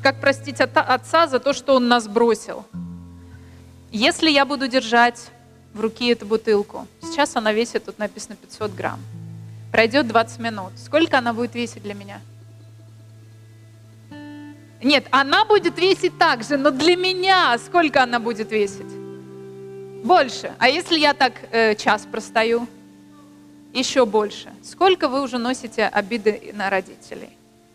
Как простить отца за то, что он нас бросил? Если я буду держать в руке эту бутылку, сейчас она весит, тут написано 500 грамм, пройдет 20 минут, сколько она будет весить для меня? Нет, она будет весить так же, но для меня сколько она будет весить? Больше. А если я так час простою? Еще больше. Сколько вы уже носите обиды на родителей?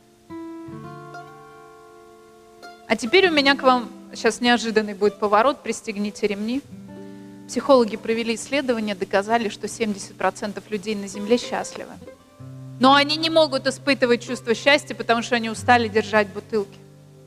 А теперь у меня к вам сейчас неожиданный будет поворот, пристегните ремни. Психологи провели исследование, доказали, что 70% людей на Земле счастливы. Но они не могут испытывать чувство счастья, потому что они устали держать бутылки.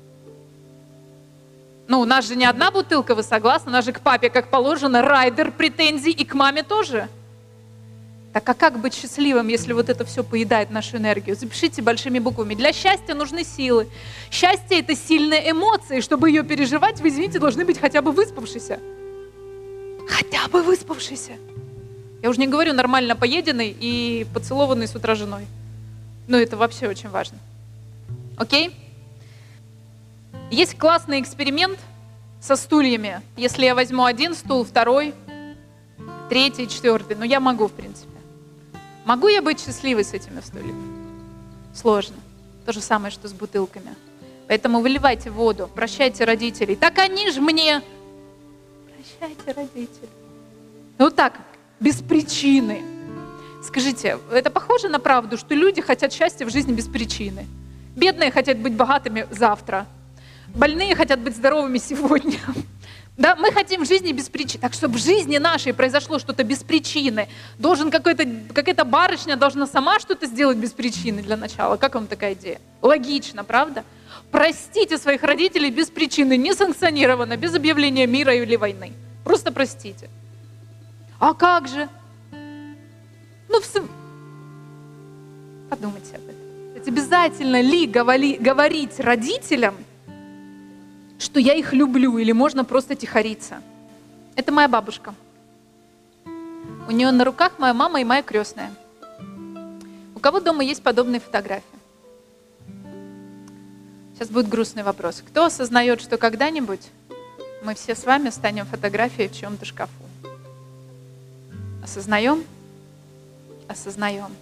Ну, у нас же не одна бутылка, вы согласны? У нас же к папе, как положено, райдер претензий, и к маме тоже. Так а как быть счастливым, если вот это все поедает нашу энергию? Запишите большими буквами. Для счастья нужны силы. Счастье – это сильные эмоции. Чтобы ее переживать, вы, извините, должны быть хотя бы выспавшиеся. Хотя бы выспавшиеся. Я уже не говорю нормально поеденный и поцелованный с утра женой. Но это вообще очень важно. Окей? Есть классный эксперимент со стульями. Если я возьму один стул, второй, третий, четвертый, но я могу, в принципе. Могу я быть счастливой с этими стульями? Сложно. То же самое, что с бутылками. Поэтому выливайте воду, прощайте родителей. Так они же мне... Прощайте родителей. Вот так, без причины. Скажите, это похоже на правду, что люди хотят счастья в жизни без причины? Бедные хотят быть богатыми завтра. Больные хотят быть здоровыми сегодня. Да, мы хотим в жизни без причины. Так, чтобы в жизни нашей произошло что-то без причины, какая-то барышня должна сама что-то сделать без причины для начала. Как вам такая идея? Логично, правда? Простите своих родителей без причины, несанкционированно, без объявления мира или войны. Просто простите. А как же? Подумайте об этом. Ведь обязательно ли говорить родителям, что я их люблю, или можно просто тихориться? Это моя бабушка. У нее на руках моя мама и моя крестная. У кого дома есть подобные фотографии? Сейчас будет грустный вопрос. Кто осознает, что когда-нибудь мы все с вами станем фотографией в чьем-то шкафу? Осознаем? Осознаем.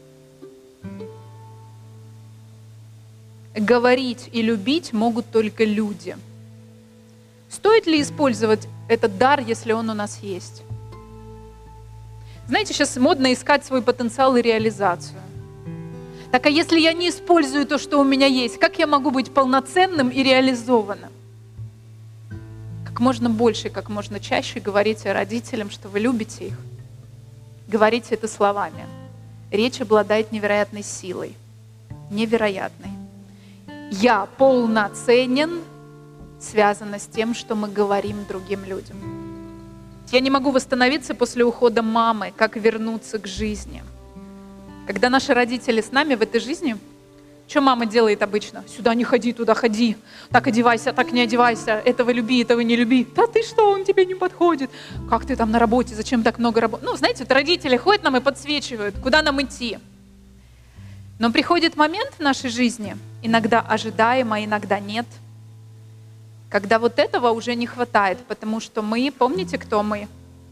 Говорить и любить могут только люди. Стоит ли использовать этот дар, если он у нас есть? Знаете, сейчас модно искать свой потенциал и реализацию. Так а если я не использую то, что у меня есть, как я могу быть полноценным и реализованным? Как можно больше, как можно чаще говорите родителям, что вы любите их. Говорите это словами. Речь обладает невероятной силой. Невероятной. Я полноценен связано с тем, что мы говорим другим людям. Я не могу восстановиться после ухода мамы, как вернуться к жизни. Когда наши родители с нами в этой жизни, что мама делает обычно? Сюда не ходи, туда ходи, так одевайся, так не одевайся, этого люби, этого не люби. Да ты что, он тебе не подходит. Как ты там на работе, зачем так много работы? Ну, знаете, вот родители ходят нам и подсвечивают, куда нам идти. Но приходит момент в нашей жизни, иногда ожидаемо, а иногда нет, когда вот этого уже не хватает, потому что мы, помните, кто мы?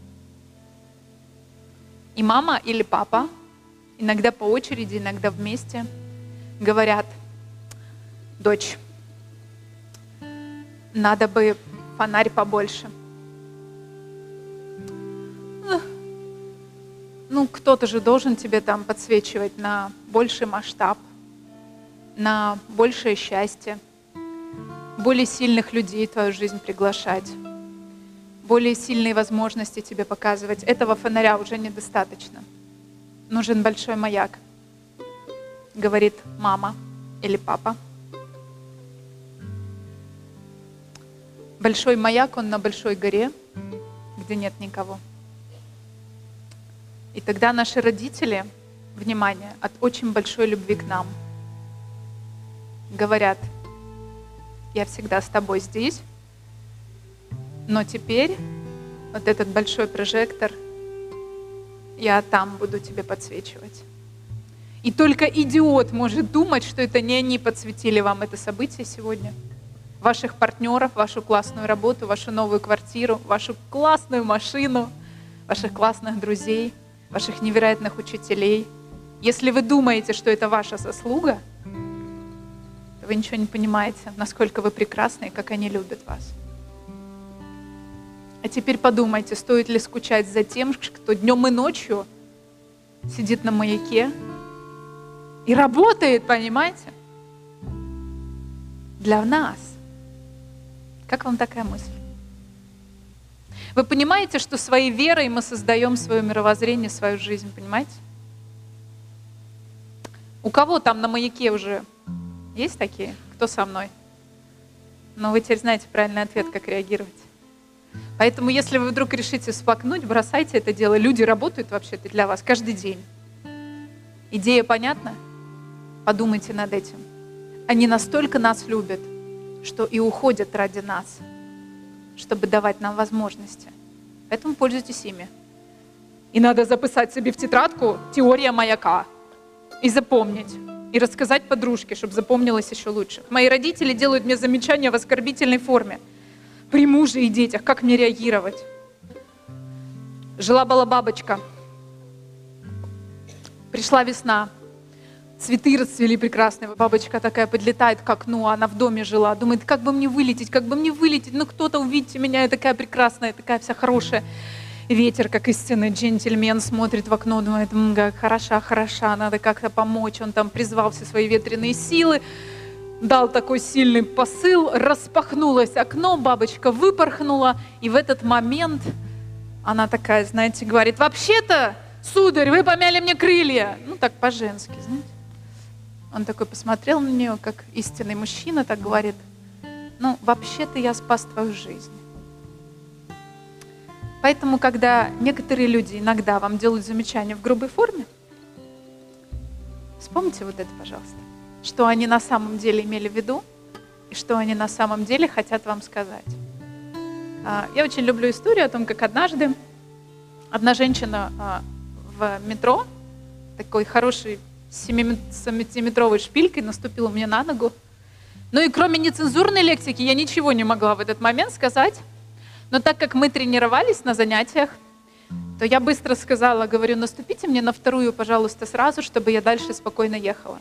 И мама или папа, иногда по очереди, иногда вместе, говорят: дочь, надо бы фонарь побольше. Ну, кто-то же должен тебе там подсвечивать на больший масштаб, на большее счастье, более сильных людей в твою жизнь приглашать, более сильные возможности тебе показывать. Этого фонаря уже недостаточно. Нужен большой маяк, говорит мама или папа. Большой маяк, он на большой горе, где нет никого. И тогда наши родители, внимание, от очень большой любви к нам, говорят: я всегда с тобой здесь, но теперь вот этот большой прожектор, я там буду тебе подсвечивать. И только идиот может думать, что это не они подсветили вам это событие сегодня. ваших партнеров, вашу классную работу, вашу новую квартиру, вашу классную машину, ваших классных друзей, ваших невероятных учителей. Если вы думаете, что это ваша заслуга, то вы ничего не понимаете, насколько вы прекрасны и как они любят вас. А теперь подумайте, стоит ли скучать за тем, кто днем и ночью сидит на маяке и работает, понимаете? Для нас. Как вам такая мысль? Вы понимаете, что своей верой мы создаем свое мировоззрение, свою жизнь, понимаете? У кого там на маяке уже есть такие? Кто со мной? Но вы теперь знаете правильный ответ, как реагировать. Поэтому, если вы вдруг решите всплакнуть, бросайте это дело. Люди работают вообще-то для вас каждый день. Идея понятна? Подумайте над этим. Они настолько нас любят, что и уходят ради нас, чтобы давать нам возможности. Поэтому пользуйтесь ими. И надо записать себе в тетрадку «Теория маяка» и запомнить. И рассказать подружке, чтобы запомнилось еще лучше. Мои родители делают мне замечания в оскорбительной форме. При муже и детях. Как мне реагировать? Жила-была бабочка. Пришла весна. Цветы расцвели прекрасные. Бабочка такая подлетает к окну, она в доме жила. Думает, как бы мне вылететь, как бы мне вылететь. Ну кто-то, увидите меня, я такая прекрасная, такая вся хорошая. Ветер, как истинный джентльмен, смотрит в окно, думает, как хороша, надо как-то помочь. Он там призвал все свои ветреные силы, дал такой сильный посыл, распахнулось окно, бабочка выпорхнула, и в этот момент она такая, знаете, говорит, вообще-то, сударь, вы помяли мне крылья. Ну так по-женски, знаете. Он такой посмотрел на нее, как истинный мужчина, так говорит, ну вообще-то я спас твою жизнь. Поэтому, когда некоторые люди иногда вам делают замечания в грубой форме, вспомните вот это, пожалуйста, что они на самом деле имели в виду и что они на самом деле хотят вам сказать. Я очень люблю историю о том, как однажды одна женщина в метро, такой хорошей 7-сантиметровой шпилькой, наступила мне на ногу. Ну и кроме нецензурной лексики я ничего не могла в этот момент сказать. Но так как мы тренировались на занятиях, то я быстро сказала, говорю, наступите мне на вторую, пожалуйста, сразу, чтобы я дальше спокойно ехала.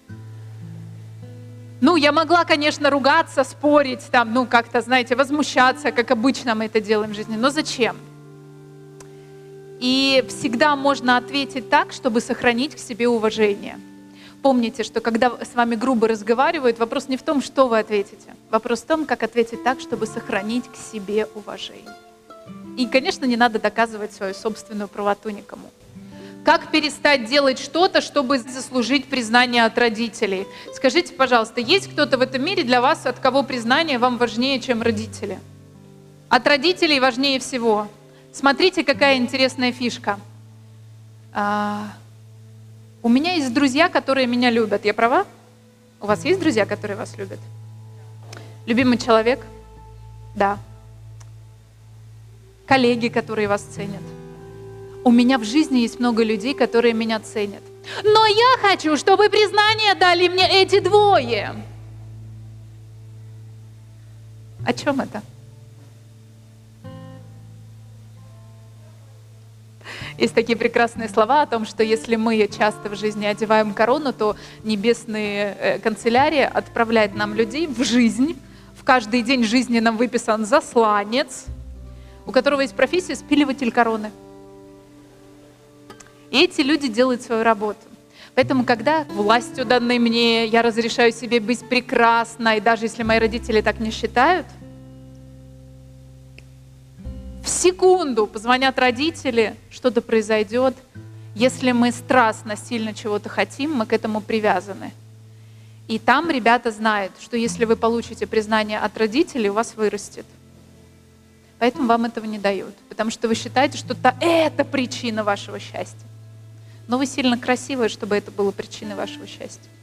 Ну, я могла, конечно, ругаться, спорить, там, ну, как-то, знаете, возмущаться, как обычно мы это делаем в жизни, но зачем? И всегда можно ответить так, чтобы сохранить к себе уважение. Помните, что когда с вами грубо разговаривают, вопрос не в том, что вы ответите. Вопрос в том, как ответить так, чтобы сохранить к себе уважение. И, конечно, не надо доказывать свою собственную правоту никому. Как перестать делать что-то, чтобы заслужить признание от родителей? Скажите, пожалуйста, есть кто-то в этом мире для вас, от кого признание вам важнее, чем родители? От родителей важнее всего. Смотрите, какая интересная фишка. У меня есть друзья, которые меня любят. Я права? У вас есть друзья, которые вас любят? Любимый человек? Да. Коллеги, которые вас ценят. У меня в жизни есть много людей, которые меня ценят. Но я хочу, чтобы признание дали мне эти двое. О чем это? Есть такие прекрасные слова о том, что если мы часто в жизни одеваем корону, то небесные канцелярии отправляют нам людей в жизнь. В каждый день жизни нам выписан засланец, у которого есть профессия спиливатель короны. И эти люди делают свою работу. Поэтому, когда властью данной мне, я разрешаю себе быть прекрасной, даже если мои родители так не считают, в секунду позвонят родители, что-то произойдет. Если мы страстно, сильно чего-то хотим, мы к этому привязаны. И там ребята знают, что если вы получите признание от родителей, у вас вырастет. Поэтому вам этого не дают. Потому что вы считаете, что это причина вашего счастья. Но вы сильно красивые, чтобы это было причиной вашего счастья.